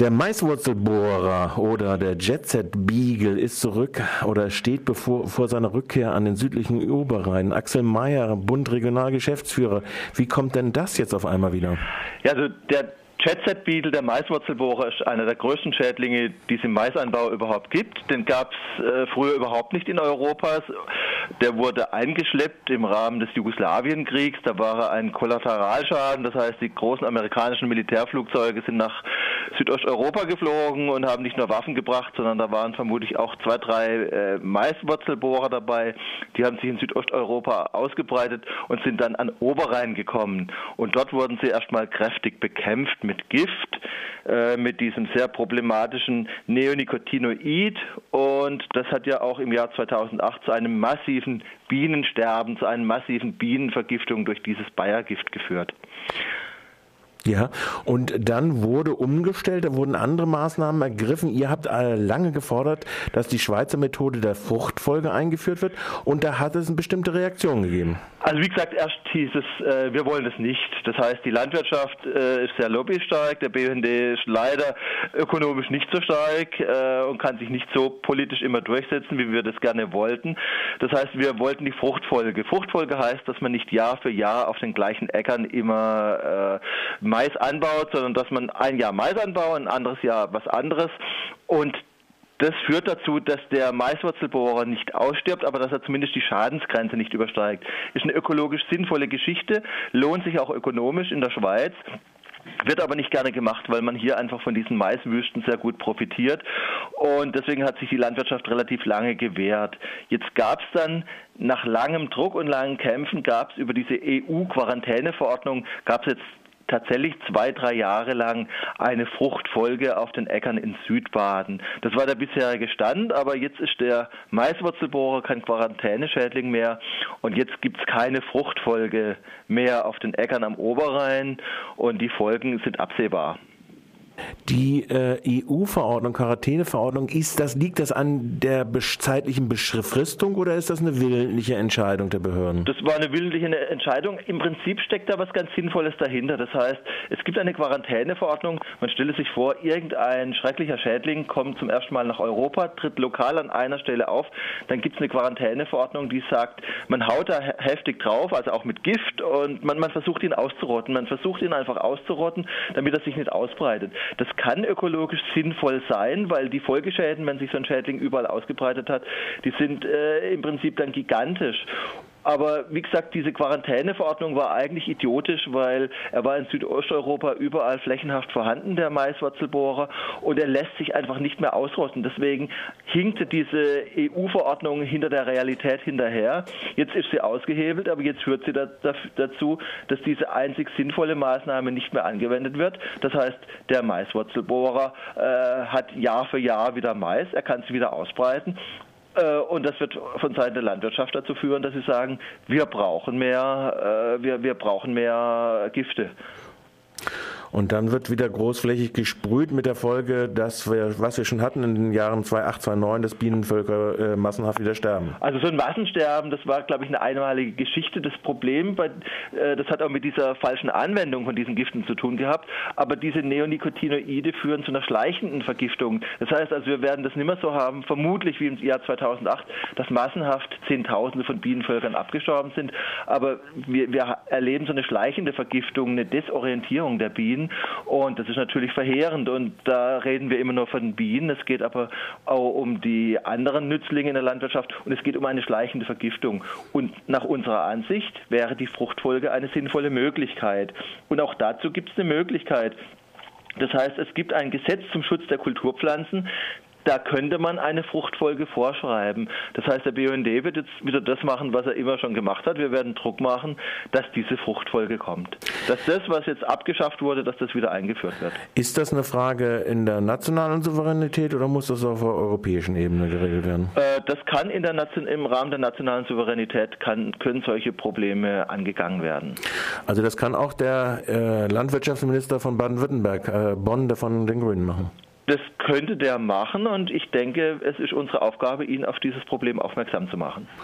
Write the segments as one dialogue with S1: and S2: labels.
S1: Der Maiswurzelbohrer oder der Jet-Set-Beagle ist zurück oder steht vor seiner Rückkehr an den südlichen Oberrhein. Axel Meyer, Bund Regionalgeschäftsführer. Wie kommt denn das jetzt auf einmal wieder?
S2: Ja, also der Jet-Set-Beagle, der Maiswurzelbohrer, ist einer der größten Schädlinge, die es im Maisanbau überhaupt gibt. Den gab es früher überhaupt nicht in Europa. Der wurde eingeschleppt im Rahmen des Jugoslawienkriegs. Da war er ein Kollateralschaden. Das heißt, die großen amerikanischen Militärflugzeuge sind nach Südosteuropa geflogen und haben nicht nur Waffen gebracht, sondern da waren vermutlich auch 2, 3 Maiswurzelbohrer dabei. Die haben sich in Südosteuropa ausgebreitet und sind dann an Oberrhein gekommen. Und dort wurden sie erstmal kräftig bekämpft mit Gift, mit diesem sehr problematischen Neonicotinoid, und das hat ja auch im Jahr 2008 zu einem massiven Bienensterben, zu einer massiven Bienenvergiftung durch dieses Bayer-Gift geführt.
S1: Ja, und dann wurde umgestellt, da wurden andere Maßnahmen ergriffen. Ihr habt lange gefordert, dass die Schweizer Methode der Fruchtfolge eingeführt wird, und da hat es eine bestimmte Reaktion gegeben.
S2: Also wie gesagt, erst hieß es, wir wollen es nicht. Das heißt, die Landwirtschaft ist sehr lobbystark, der BUND ist leider ökonomisch nicht so stark und kann sich nicht so politisch immer durchsetzen, wie wir das gerne wollten. Das heißt, wir wollten die Fruchtfolge. Fruchtfolge heißt, dass man nicht Jahr für Jahr auf den gleichen Äckern immer Mais anbaut, sondern dass man ein Jahr Mais anbaut, ein anderes Jahr was anderes, und das führt dazu, dass der Maiswurzelbohrer nicht ausstirbt, aber dass er zumindest die Schadensgrenze nicht übersteigt. Ist eine ökologisch sinnvolle Geschichte, lohnt sich auch ökonomisch in der Schweiz. Wird aber nicht gerne gemacht, weil man hier einfach von diesen Maiswüsten sehr gut profitiert, und deswegen hat sich die Landwirtschaft relativ lange gewehrt. Jetzt gab es dann nach langem Druck und langen Kämpfen, gab es über diese EU-Quarantäneverordnung, gab es jetzt tatsächlich 2, 3 Jahre lang eine Fruchtfolge auf den Äckern in Südbaden. Das war der bisherige Stand, aber jetzt ist der Maiswurzelbohrer kein Quarantäneschädling mehr, und jetzt gibt es keine Fruchtfolge mehr auf den Äckern am Oberrhein, und die Folgen sind absehbar.
S1: Die EU-Verordnung, Quarantäneverordnung, liegt das an der zeitlichen Befristung oder ist das eine willentliche Entscheidung der Behörden?
S2: Das war eine willentliche Entscheidung. Im Prinzip steckt da was ganz Sinnvolles dahinter. Das heißt, es gibt eine Quarantäneverordnung. Man stelle sich vor, irgendein schrecklicher Schädling kommt zum ersten Mal nach Europa, tritt lokal an einer Stelle auf. Dann gibt es eine Quarantäneverordnung, die sagt, man haut da heftig drauf, also auch mit Gift, und man versucht ihn auszurotten. Man versucht ihn einfach auszurotten, damit er sich nicht ausbreitet. Das kann ökologisch sinnvoll sein, weil die Folgeschäden, wenn sich so ein Schädling überall ausgebreitet hat, die sind im Prinzip dann gigantisch. Aber wie gesagt, diese Quarantäneverordnung war eigentlich idiotisch, weil er war in Südosteuropa überall flächenhaft vorhanden, der Maiswurzelbohrer, und er lässt sich einfach nicht mehr ausrotten. Deswegen hinkte diese EU-Verordnung hinter der Realität hinterher. Jetzt ist sie ausgehebelt, aber jetzt führt sie dazu, dass diese einzig sinnvolle Maßnahme nicht mehr angewendet wird. Das heißt, der Maiswurzelbohrer hat Jahr für Jahr wieder Mais, er kann sich wieder ausbreiten. Und das wird von Seiten der Landwirtschaft dazu führen, dass sie sagen, wir brauchen mehr Gifte.
S1: Und dann wird wieder großflächig gesprüht mit der Folge, was wir schon hatten in den Jahren 2008, 2009, dass Bienenvölker massenhaft wieder sterben.
S2: Also so ein Massensterben, das war, glaube ich, eine einmalige Geschichte. Das Problem, das hat auch mit dieser falschen Anwendung von diesen Giften zu tun gehabt. Aber diese Neonicotinoide führen zu einer schleichenden Vergiftung. Das heißt also, wir werden das nicht mehr so haben, vermutlich wie im Jahr 2008, dass massenhaft Zehntausende von Bienenvölkern abgestorben sind. Aber wir erleben so eine schleichende Vergiftung, eine Desorientierung der Bienen. Und das ist natürlich verheerend, und da reden wir immer nur von Bienen. Es geht aber auch um die anderen Nützlinge in der Landwirtschaft, und es geht um eine schleichende Vergiftung. Und nach unserer Ansicht wäre die Fruchtfolge eine sinnvolle Möglichkeit. Und auch dazu gibt es eine Möglichkeit. Das heißt, es gibt ein Gesetz zum Schutz der Kulturpflanzen. Da könnte man eine Fruchtfolge vorschreiben. Das heißt, der BUND wird jetzt wieder das machen, was er immer schon gemacht hat. Wir werden Druck machen, dass diese Fruchtfolge kommt. Dass das, was jetzt abgeschafft wurde, dass das wieder eingeführt wird.
S1: Ist das eine Frage in der nationalen Souveränität oder muss das auf der europäischen Ebene geregelt werden?
S2: Das kann im Rahmen der nationalen Souveränität können solche Probleme angegangen werden.
S1: Also das kann auch der Landwirtschaftsminister von Baden-Württemberg, Bonn, der von den Grünen, machen?
S2: Das könnte der machen, und ich denke, es ist unsere Aufgabe, ihn auf dieses Problem aufmerksam zu machen.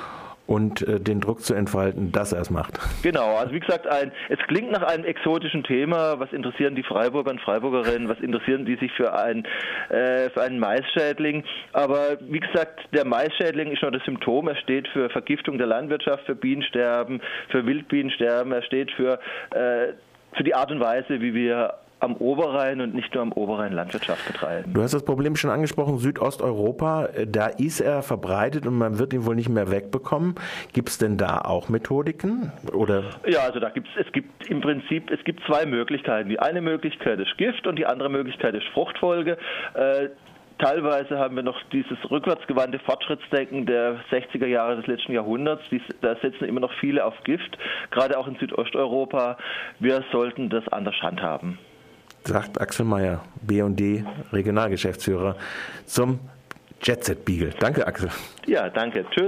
S1: und den Druck zu entfalten, dass er es macht.
S2: Genau, also wie gesagt, es klingt nach einem exotischen Thema. Was interessieren die Freiburger und Freiburgerinnen? Was interessieren die sich für einen Maisschädling? Aber wie gesagt, der Maisschädling ist nur das Symptom. Er steht für Vergiftung der Landwirtschaft, für Bienensterben, für Wildbienensterben. Er steht für die Art und Weise, wie wir am Oberrhein und nicht nur am Oberrhein Landwirtschaft betreiben.
S1: Du hast das Problem schon angesprochen, Südosteuropa, da ist er verbreitet und man wird ihn wohl nicht mehr wegbekommen. Gibt es denn da auch Methodiken? Oder?
S2: Ja, also es gibt zwei Möglichkeiten. Die eine Möglichkeit ist Gift und die andere Möglichkeit ist Fruchtfolge. Teilweise haben wir noch dieses rückwärtsgewandte Fortschrittsdenken der 60er Jahre des letzten Jahrhunderts. Da setzen immer noch viele auf Gift, gerade auch in Südosteuropa. Wir sollten das anders handhaben.
S1: Sagt Axel Meyer, B&D Regionalgeschäftsführer, zum Jet Set Beagle. Danke, Axel.
S2: Ja, danke. Tschüss.